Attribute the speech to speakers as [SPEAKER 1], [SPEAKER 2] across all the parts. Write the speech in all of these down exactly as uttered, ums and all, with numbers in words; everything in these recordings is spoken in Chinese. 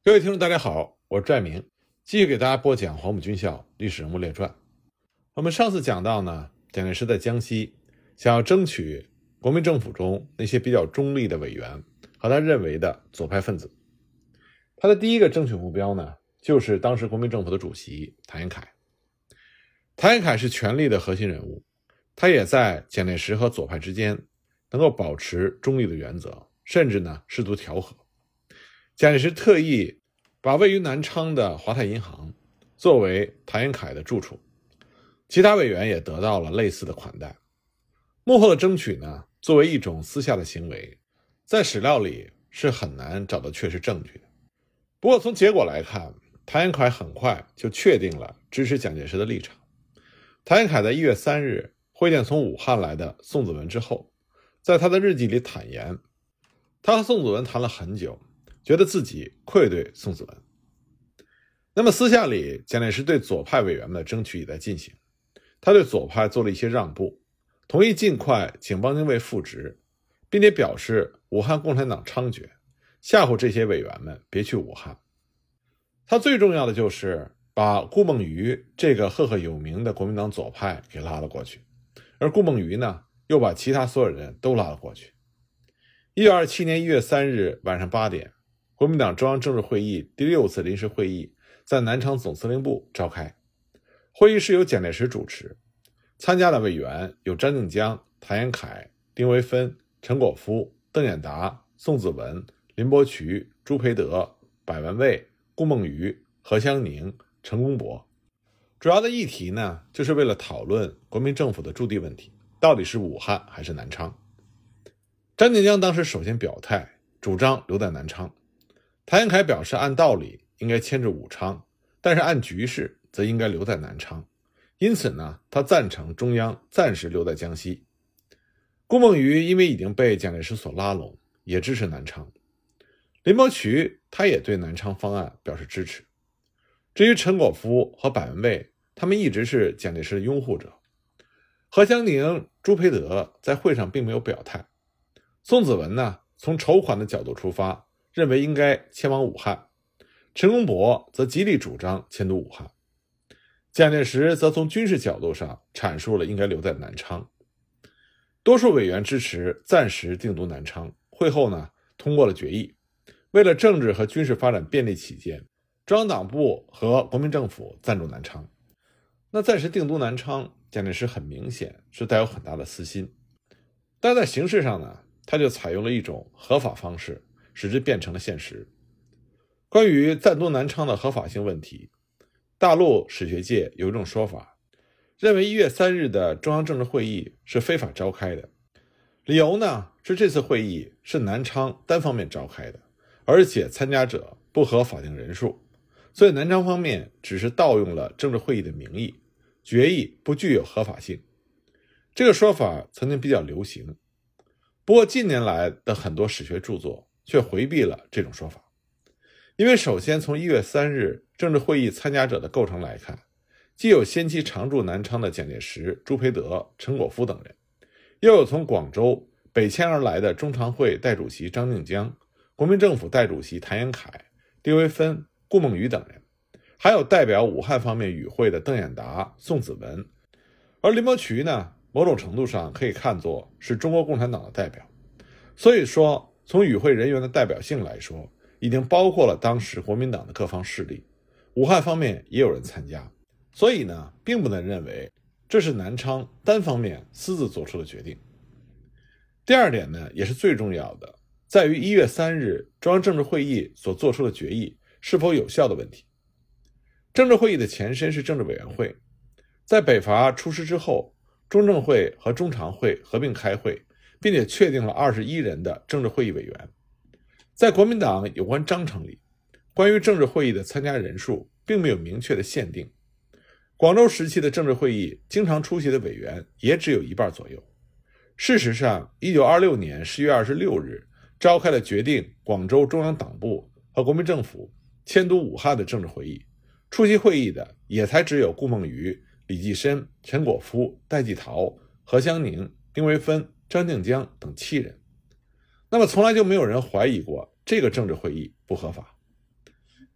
[SPEAKER 1] 各位听众大家好，我是拽明，继续给大家播讲黄埔军校历史人物列传。我们上次讲到呢，蒋介石在江西想要争取国民政府中那些比较中立的委员和他认为的左派分子。他的第一个争取目标呢，就是当时国民政府的主席谭延闿。谭延闿是权力的核心人物，他也在蒋介石和左派之间能够保持中立的原则，甚至呢试图调和。蒋介石特意把位于南昌的华泰银行作为谭延闿的住处，其他委员也得到了类似的款待。幕后的争取呢，作为一种私下的行为，在史料里是很难找到确实证据的。不过从结果来看，谭延闿很快就确定了支持蒋介石的立场。谭延闿在一月三日会见从武汉来的宋子文之后，在他的日记里坦言，他和宋子文谈了很久，觉得自己愧对宋子文。那么私下里，蒋介石对左派委员们的争取也在进行，他对左派做了一些让步，同意尽快请汪精卫复职，并且表示武汉共产党猖獗，吓唬这些委员们别去武汉。他最重要的就是把顾孟余这个赫赫有名的国民党左派给拉了过去，而顾孟余呢，又把其他所有人都拉了过去。一九二七年一月三日晚上八点，国民党中央政治会议第六次临时会议在南昌总司令部召开。会议是由蒋介石主持，参加的委员有张静江、谭延闿、丁惟汾、陈果夫、邓演达、宋子文、林伯渠、朱培德、柏文蔚、顾孟余、何香凝、陈公博。主要的议题呢，就是为了讨论国民政府的驻地问题，到底是武汉还是南昌。张静江当时首先表态，主张留在南昌。谭延闿表示按道理应该迁至武昌，但是按局势则应该留在南昌，因此呢，他赞成中央暂时留在江西。顾孟余因为已经被蒋介石所拉拢，也支持南昌。林伯渠他也对南昌方案表示支持。至于陈果夫和柏文蔚，他们一直是蒋介石的拥护者。何香凝、朱培德在会上并没有表态。宋子文呢，从筹款的角度出发，认为应该迁往武汉。陈公博则极力主张迁都武汉。蒋介石则从军事角度上阐述了应该留在南昌。多数委员支持暂时定都南昌。会后呢，通过了决议，为了政治和军事发展便利起见，中央党部和国民政府暂驻南昌。那暂时定都南昌，蒋介石很明显是带有很大的私心，但在形式上呢，他就采用了一种合法方式，使之变成了现实。关于暂都南昌的合法性问题，大陆史学界有一种说法，认为一月三日的中央政治会议是非法召开的。理由呢，是这次会议是南昌单方面召开的，而且参加者不合法定人数，所以南昌方面只是盗用了政治会议的名义，决议不具有合法性。这个说法曾经比较流行，不过近年来的很多史学著作却回避了这种说法。因为首先从一月三日政治会议参加者的构成来看，既有先期常驻南昌的蒋介石、朱培德、陈果夫等人，又有从广州北迁而来的中常会代主席张静江、国民政府代主席谭延闿、丁惟汾、顾孟余等人，还有代表武汉方面与会的邓演达、宋子文。而林伯渠呢，某种程度上可以看作是中国共产党的代表，所以说从与会人员的代表性来说，已经包括了当时国民党的各方势力，武汉方面也有人参加，所以呢，并不能认为这是南昌单方面私自做出的决定。第二点呢，也是最重要的，在于一月三日中央政治会议所做出的决议是否有效的问题。政治会议的前身是政治委员会，在北伐出师之后，中政会和中常会合并开会，并且确定了二十一人的政治会议委员。在国民党有关章程里，关于政治会议的参加人数并没有明确的限定。广州时期的政治会议经常出席的委员也只有一半左右。事实上，一九二六年十月二十六日召开了决定广州中央党部和国民政府迁都武汉的政治会议，出席会议的也才只有顾孟余、李济深、陈果夫、戴季陶、何香凝、丁惟汾、张静江等七人。那么从来就没有人怀疑过这个政治会议不合法。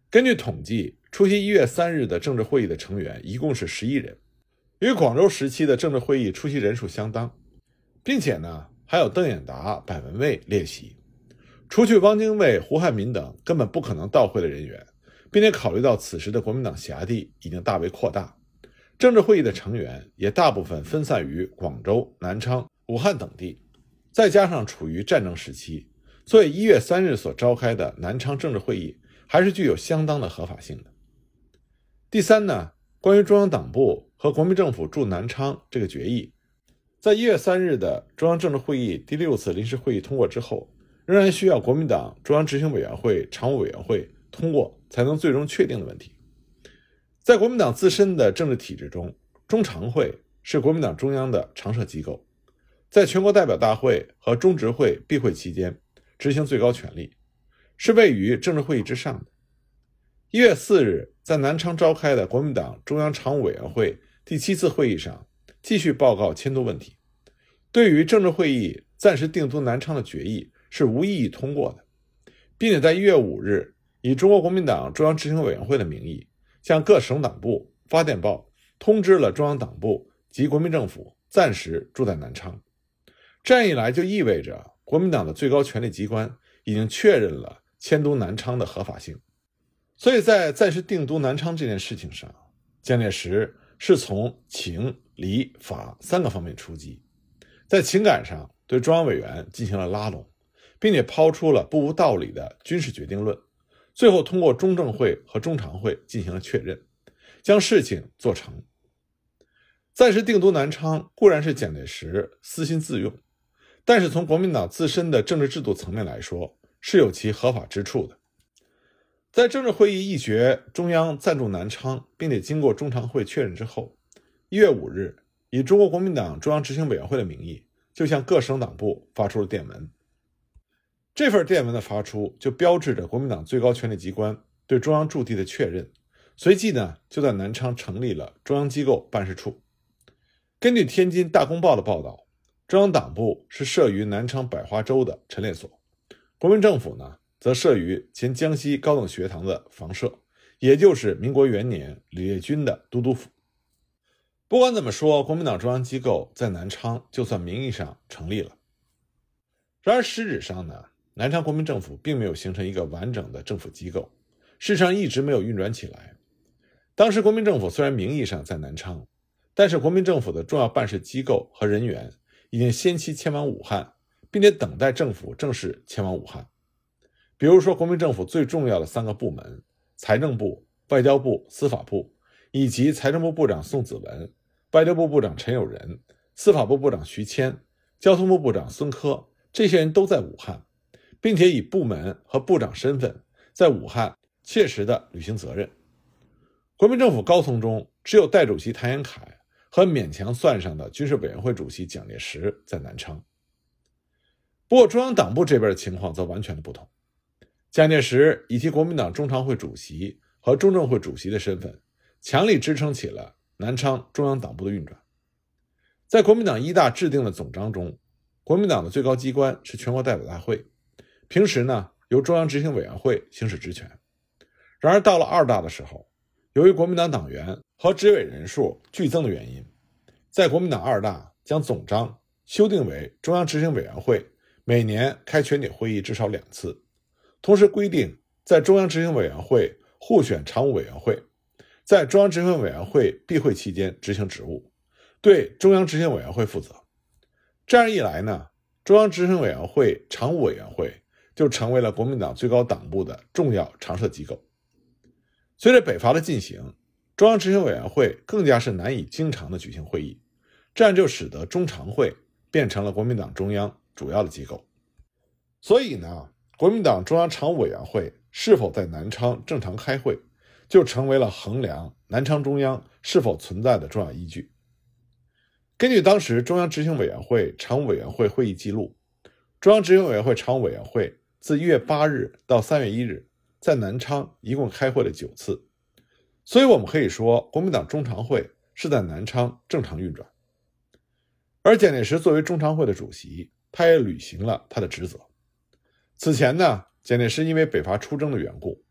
[SPEAKER 1] 根据统计，出席一月三日的政治会议的成员一共是十一人，与广州时期的政治会议出席人数相当，并且呢，还有邓演达、百文蔚列席。除去汪精卫、胡汉民等根本不可能到会的人员，并且考虑到此时的国民党辖地已经大为扩大，政治会议的成员也大部分分散于广州、南昌、武汉等地，再加上处于战争时期，所以一月三日所召开的南昌政治会议还是具有相当的合法性的。第三呢，关于中央党部和国民政府驻南昌这个决议，在一月三日的中央政治会议第六次临时会议通过之后，仍然需要国民党中央执行委员会常务委员会通过才能最终确定的问题。在国民党自身的政治体制中，中常会是国民党中央的常设机构，在全国代表大会和中执会闭会期间执行最高权力，是位于政治会议之上的。一月四日在南昌召开的国民党中央常务委员会第七次会议上，继续报告迁都问题，对于政治会议暂时定都南昌的决议是无异议通过的，并且在一月五日以中国国民党中央执行委员会的名义向各省党部发电报，通知了中央党部及国民政府暂时住在南昌。这样一来就意味着国民党的最高权力机关已经确认了迁都南昌的合法性。所以在暂时定都南昌这件事情上，蒋介石是从情、理、法三个方面出击，在情感上对中央委员进行了拉拢，并且抛出了不无道理的军事决定论，最后通过中正会和中常会进行了确认，将事情做成。暂时定都南昌固然是蒋介石私心自用，但是从国民党自身的政治制度层面来说，是有其合法之处的。在政治会议议决中央暂驻南昌，并且经过中常会确认之后，一月五日以中国国民党中央执行委员会的名义就向各省党部发出了电文。这份电文的发出就标志着国民党最高权力机关对中央驻地的确认，随即呢就在南昌成立了中央机构办事处。根据天津大公报的报道，中央党部是设于南昌百花洲的陈列所，国民政府呢则设于前江西高等学堂的房舍，也就是民国元年李烈钧的都督府。不管怎么说，国民党中央机构在南昌就算名义上成立了。然而实质上呢，南昌国民政府并没有形成一个完整的政府机构，事实上一直没有运转起来。当时国民政府虽然名义上在南昌，但是国民政府的重要办事机构和人员已经先期迁往武汉，并且等待政府正式迁往武汉。比如说国民政府最重要的三个部门，财政部、外交部、司法部，以及财政部部长宋子文、外交部部长陈友仁、司法部部长徐谦、交通部部长孙科，这些人都在武汉，并且以部门和部长身份在武汉切实地履行责任。国民政府高层中只有代主席谭延闿和勉强算上的军事委员会主席蒋介石在南昌。不过中央党部这边的情况则完全的不同，蒋介石以及国民党中常会主席和中正会主席的身份，强力支撑起了南昌中央党部的运转。在国民党一大制定的总章中，国民党的最高机关是全国代表大会，平时呢由中央执行委员会行使职权。然而到了二大的时候，由于国民党党员和执委人数剧增的原因，在国民党二大将总章修订为中央执行委员会每年开全体会议至少两次，同时规定在中央执行委员会互选常务委员会，在中央执行委员会闭会期间执行职务，对中央执行委员会负责。这样一来呢，中央执行委员会常务委员会就成为了国民党最高党部的重要常设机构。随着北伐的进行，中央执行委员会更加是难以经常的举行会议，这样就使得中常会变成了国民党中央主要的机构。所以呢，国民党中央常务委员会是否在南昌正常开会，就成为了衡量南昌中央是否存在的重要依据。根据当时中央执行委员会常务委员会会议记录，中央执行委员会常务委员会自一月八日到三月一日在南昌一共开会了九次，所以我们可以说国民党中常会是在南昌正常运转。而蒋介石作为中常会的主席，他也履行了他的职责。此前呢，蒋介石因为北伐出征的缘故，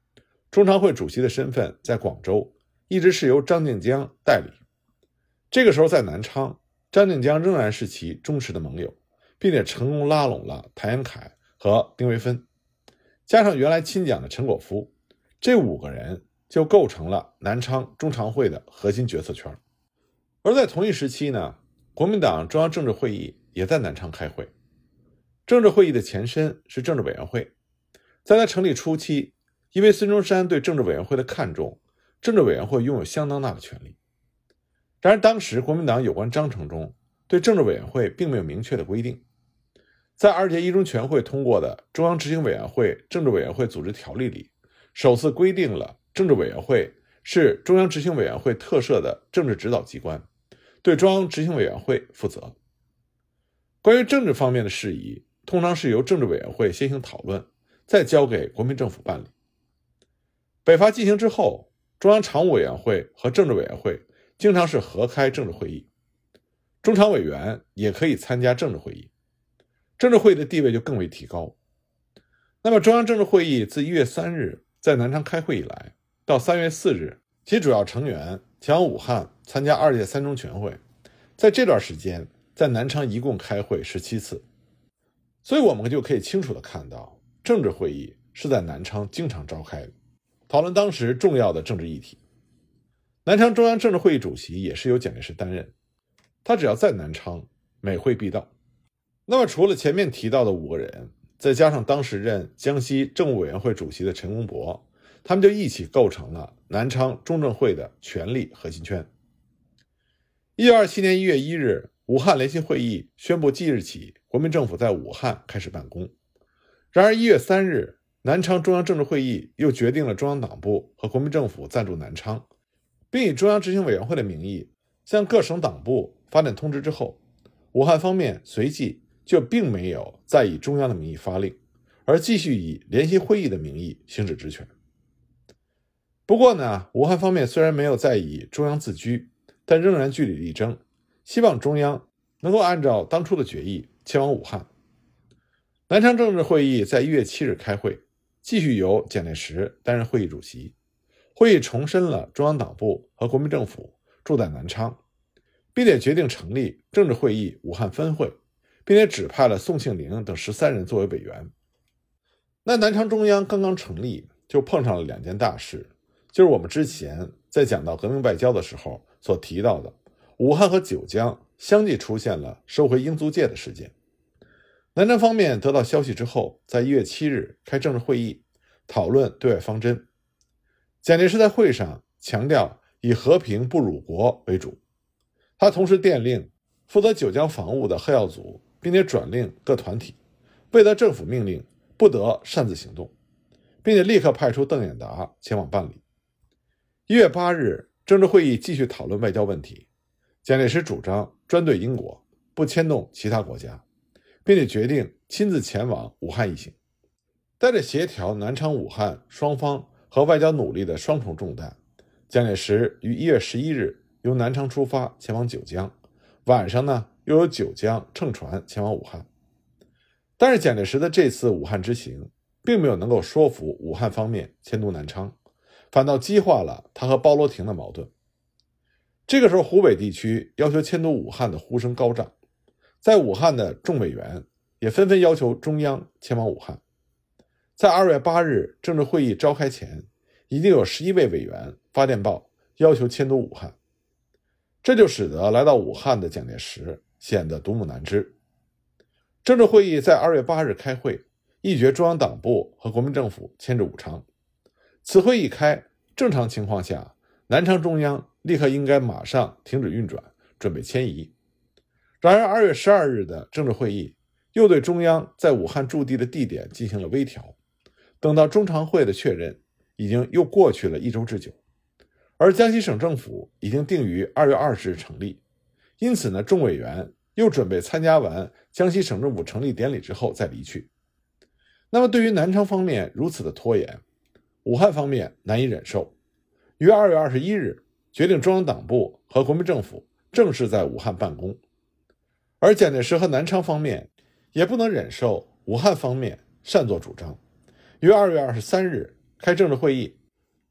[SPEAKER 1] 中常会主席的身份在广州一直是由张静江代理。这个时候在南昌，张静江仍然是其忠实的盟友，并且成功拉拢了谭延闿和丁惟汾，加上原来亲蒋的陈果夫，这五个人就构成了南昌中常会的核心决策圈。而在同一时期呢，国民党中央政治会议也在南昌开会。政治会议的前身是政治委员会，在它成立初期，因为孙中山对政治委员会的看重，政治委员会拥有相当大的权力。然而当时国民党有关章程中对政治委员会并没有明确的规定。在二届一中全会通过的中央执行委员会政治委员会组织条例里，首次规定了政治委员会是中央执行委员会特设的政治指导机关，对中央执行委员会负责。关于政治方面的事宜，通常是由政治委员会先行讨论，再交给国民政府办理。北伐进行之后，中央常务委员会和政治委员会经常是合开政治会议，中常委员也可以参加政治会议，政治会议的地位就更为提高。那么中央政治会议自一月三日在南昌开会以来，到三月四日其主要成员前往武汉参加二届三中全会，在这段时间在南昌一共开会十七次。所以我们就可以清楚地看到，政治会议是在南昌经常召开的，讨论当时重要的政治议题。南昌中央政治会议主席也是由蒋介石担任，他只要在南昌，每会必到。那么除了前面提到的五个人，再加上当时任江西政务委员会主席的陈公博，他们就一起构成了南昌中政会的权力核心圈。一九二七年一月一日，武汉联席会议宣布即日起国民政府在武汉开始办公。然而一月三日，南昌中央政治会议又决定了中央党部和国民政府暂驻南昌，并以中央执行委员会的名义向各省党部发电通知之后，武汉方面随即就并没有再以中央的名义发令，而继续以联席会议的名义行使职权。不过呢，武汉方面虽然没有再以中央自居，但仍然据理力争，希望中央能够按照当初的决议迁往武汉。南昌政治会议在一月七日开会，继续由蒋介石担任会议主席。会议重申了中央党部和国民政府住在南昌，并且决定成立政治会议武汉分会，并且指派了宋庆龄等十三人作为委员。那南昌中央刚刚成立，就碰上了两件大事，就是我们之前在讲到革命外交的时候所提到的武汉和九江相继出现了收回英租界的事件。南昌方面得到消息之后，在一月七日开政治会议，讨论对外方针。蒋介石在会上强调以和平不辱国为主，他同时电令负责九江防务的贺耀祖，并且转令各团体未得政府命令不得擅自行动，并且立刻派出邓演达前往办理。一月八日，政治会议继续讨论外交问题，蒋介石主张专对英国，不牵动其他国家，并且决定亲自前往武汉一行。带着协调南昌武汉双方和外交努力的双重重担，蒋介石于一月十一日由南昌出发前往九江，晚上呢又由九江乘船前往武汉。但是蒋介石的这次武汉之行并没有能够说服武汉方面迁都南昌，反倒激化了他和包罗廷的矛盾。这个时候湖北地区要求迁都武汉的呼声高涨，在武汉的众委员也纷纷要求中央迁往武汉。在二月八日政治会议召开前，已经有十一位委员发电报要求迁都武汉，这就使得来到武汉的蒋介石显得独木难支。政治会议在二月八日开会，议决中央党部和国民政府迁至武昌。此会一开，正常情况下，南昌中央立刻应该马上停止运转，准备迁移。然而二月十二日的政治会议又对中央在武汉驻地的地点进行了微调，等到中常会的确认，已经又过去了一周之久。而江西省政府已经定于二月二十日成立，因此呢，众委员又准备参加完江西省政府成立典礼之后再离去。那么对于南昌方面如此的拖延，武汉方面难以忍受，于二月二十一日决定中央党部和国民政府正式在武汉办公。而蒋介石和南昌方面也不能忍受武汉方面擅作主张，于二月二十三日开政治会议，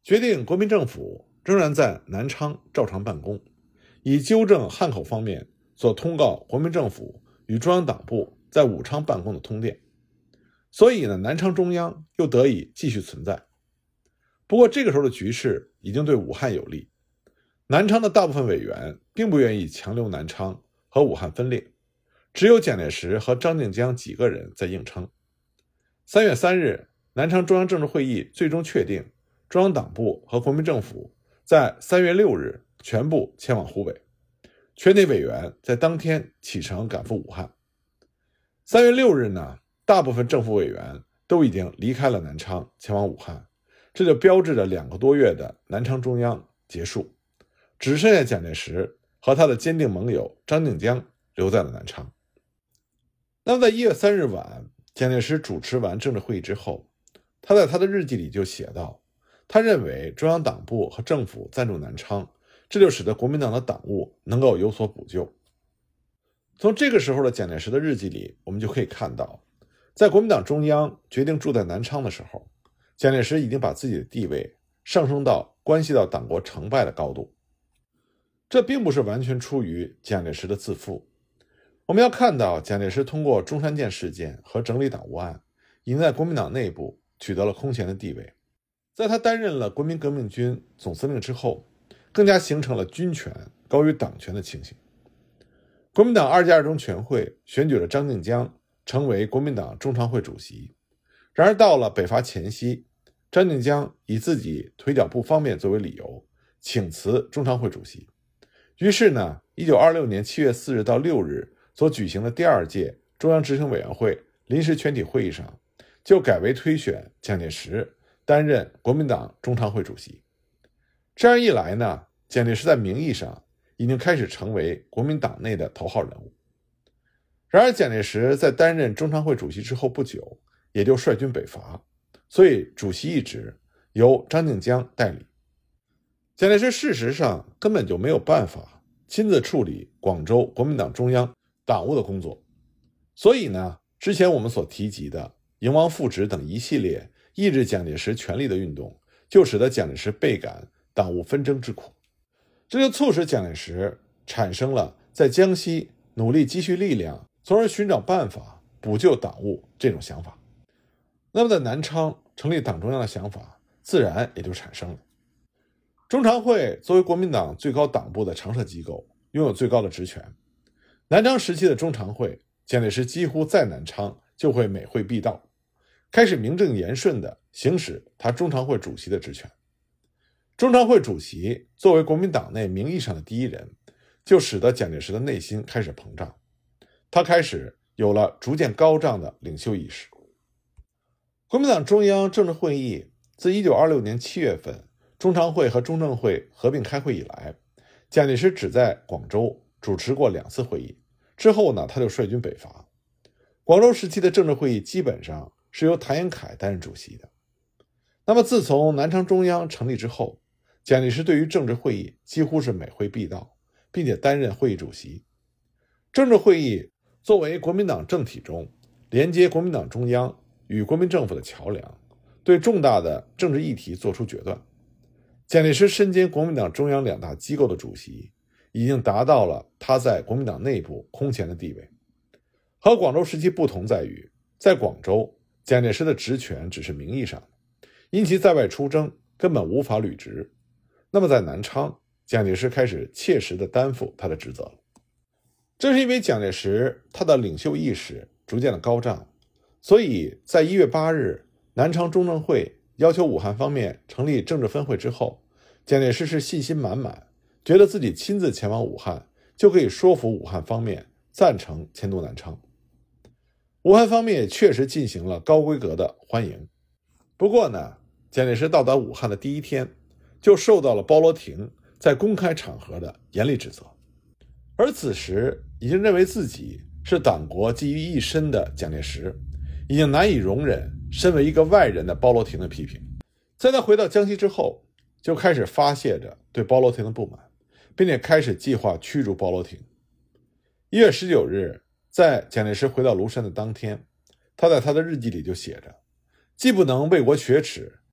[SPEAKER 1] 决定国民政府仍然在南昌照常办公，以纠正汉口方面所通告国民政府与中央党部在武昌办公的通电。所以呢，南昌中央又得以继续存在。不过这个时候的局势已经对武汉有利，南昌的大部分委员并不愿意强留南昌和武汉分裂，只有蒋介石和张静江几个人在硬撑。三月三日，南昌中央政治会议最终确定中央党部和国民政府在三月六日全部迁往湖北，全体委员在当天启程赶赴武汉。三月六日呢，大部分政府委员都已经离开了南昌，前往武汉，这就标志着两个多月的南昌中央结束，只剩下蒋介石和他的坚定盟友张静江留在了南昌。那么在一月三日晚，蒋介石主持完政治会议之后，他在他的日记里就写道，他认为中央党部和政府暂驻南昌，这就使得国民党的党务能够有所补救。从这个时候的蒋介石的日记里，我们就可以看到，在国民党中央决定住在南昌的时候，蒋介石已经把自己的地位上升到关系到党国成败的高度。这并不是完全出于蒋介石的自负，我们要看到蒋介石通过中山舰事件和整理党务案，已经在国民党内部取得了空前的地位。在他担任了国民革命军总司令之后，更加形成了军权高于党权的情形。国民党二届二中全会选举了张静江成为国民党中常会主席，然而到了北伐前夕，张静江以自己腿脚不方便作为理由，请辞中常会主席。于是呢，一九二六年七月四日到六日所举行的第二届中央执行委员会临时全体会议上，就改为推选蒋介石担任国民党中常会主席。这样一来呢，蒋介石在名义上已经开始成为国民党内的头号人物。然而蒋介石在担任中常会主席之后不久，也就率军北伐，所以主席一职由张静江代理。蒋介石事实上根本就没有办法亲自处理广州国民党中央党务的工作，所以呢，之前我们所提及的迎王复职等一系列抑制蒋介石权力的运动，就使得蒋介石倍感党务纷争之苦。这就促使蒋介石产生了在江西努力积蓄力量，从而寻找办法补救党务这种想法。那么在南昌成立党中央的想法自然也就产生了。中常会作为国民党最高党部的常设机构，拥有最高的职权。南昌时期的中常会，蒋介石几乎在南昌就会每会必到，开始名正言顺地行使他中常会主席的职权。中常会主席作为国民党内名义上的第一人，就使得蒋介石的内心开始膨胀，他开始有了逐渐高涨的领袖意识。国民党中央政治会议自一九二六年七月份中常会和中正会合并开会以来，蒋介石只在广州主持过两次会议，之后呢，他就率军北伐。广州时期的政治会议基本上是由谭延闿担任主席的。那么自从南昌中央成立之后，蒋介石对于政治会议几乎是每会必到，并且担任会议主席。政治会议作为国民党政体中连接国民党中央与国民政府的桥梁，对重大的政治议题作出决断。蒋介石身兼国民党中央两大机构的主席，已经达到了他在国民党内部空前的地位。和广州时期不同在于，在广州，蒋介石的职权只是名义上的，因其在外出征根本无法履职。那么在南昌，蒋介石开始切实地担负他的职责了。正是因为蒋介石他的领袖意识逐渐的高涨，所以在一月八日南昌中正会要求武汉方面成立政治分会之后，蒋介石是信心满满，觉得自己亲自前往武汉就可以说服武汉方面赞成迁都南昌。武汉方面也确实进行了高规格的欢迎。不过呢，蒋介石到达武汉的第一天就受到了包罗廷在公开场合的严厉指责。而此时已经认为自己是党国寄于一身的蒋介石，已经难以容忍身为一个外人的包罗廷的批评。在他回到江西之后，就开始发泄着对包罗廷的不满，并且开始计划驱逐包罗廷。一月十九日，在蒋介石回到庐山的当天，他在他的日记里就写着，既不能为国雪耻，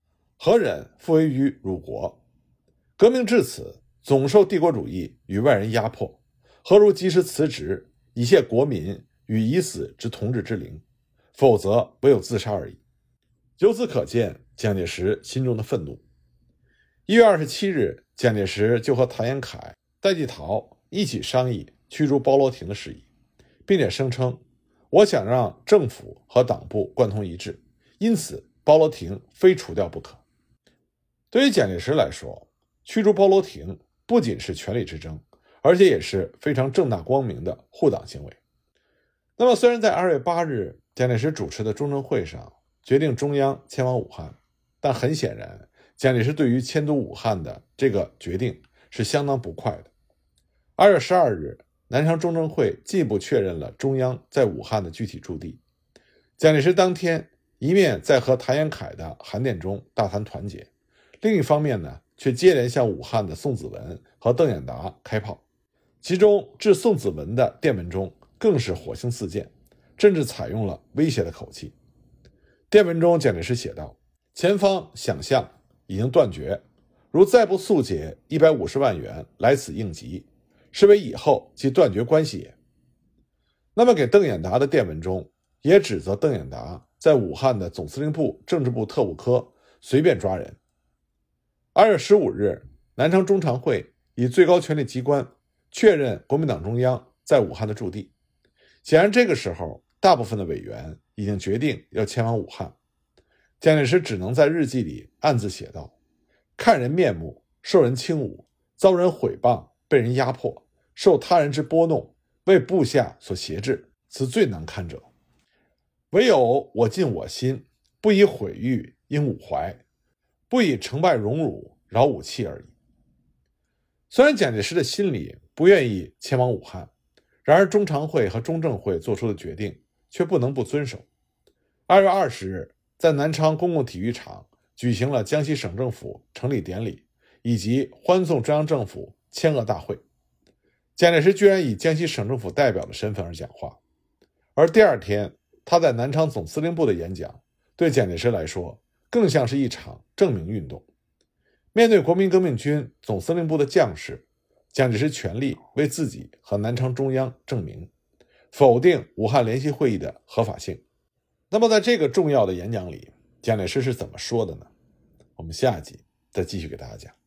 [SPEAKER 1] 何忍复为于辱国？革命至此，总受帝国主义与外人压迫，何如及时辞职，以谢国民与已死之同志之灵？否则唯有自杀而已。由此可见蒋介石心中的愤怒。一月二十七日，蒋介石就和谭延闿、戴季陶一起商议驱逐包罗廷的事宜，并且声称，我想让政府和党部贯通一致，因此包罗廷非除掉不可。对于蒋介石来说，驱逐包罗廷不仅是权力之争，而且也是非常正大光明的护党行为。那么虽然在二月八日蒋介石主持的中正会上决定中央迁往武汉，但很显然蒋介石对于迁都武汉的这个决定是相当不快的。二月十二日，南昌中正会进一步确认了中央在武汉的具体驻地。蒋介石当天一面在和谭延闿的函电中大谈团结，另一方面呢，却接连向武汉的宋子文和邓演达开炮。其中致宋子文的电文中更是火星四溅，甚至采用了威胁的口气。电文中蒋介石写道，前方想象已经断绝，如再不速解一百五十万元来此应急，是为以后即断绝关系也。那么给邓演达的电文中也指责邓演达在武汉的总司令部政治部特务科随便抓人。二月十五日，南昌中常会以最高权力机关确认国民党中央在武汉的驻地。显然这个时候大部分的委员已经决定要前往武汉。蒋介石只能在日记里暗自写道，看人面目，受人轻侮，遭人毁谤，被人压迫，受他人之拨弄，为部下所挟制，此最难堪者。唯有我尽我心，不以毁誉应吾怀，不以成败荣辱扰武气而已。虽然蒋介石的心里不愿意前往武汉，然而中常会和中正会做出的决定却不能不遵守。二月二十日，在南昌公共体育场举行了江西省政府成立典礼以及欢送中央政府签额大会。蒋介石居然以江西省政府代表的身份而讲话，而第二天他在南昌总司令部的演讲，对蒋介石来说更像是一场证明运动。面对国民革命军总司令部的将士，蒋介石全力为自己和南昌中央证明，否定武汉联席会议的合法性。那么在这个重要的演讲里，蒋介石是怎么说的呢？我们下集再继续给大家讲。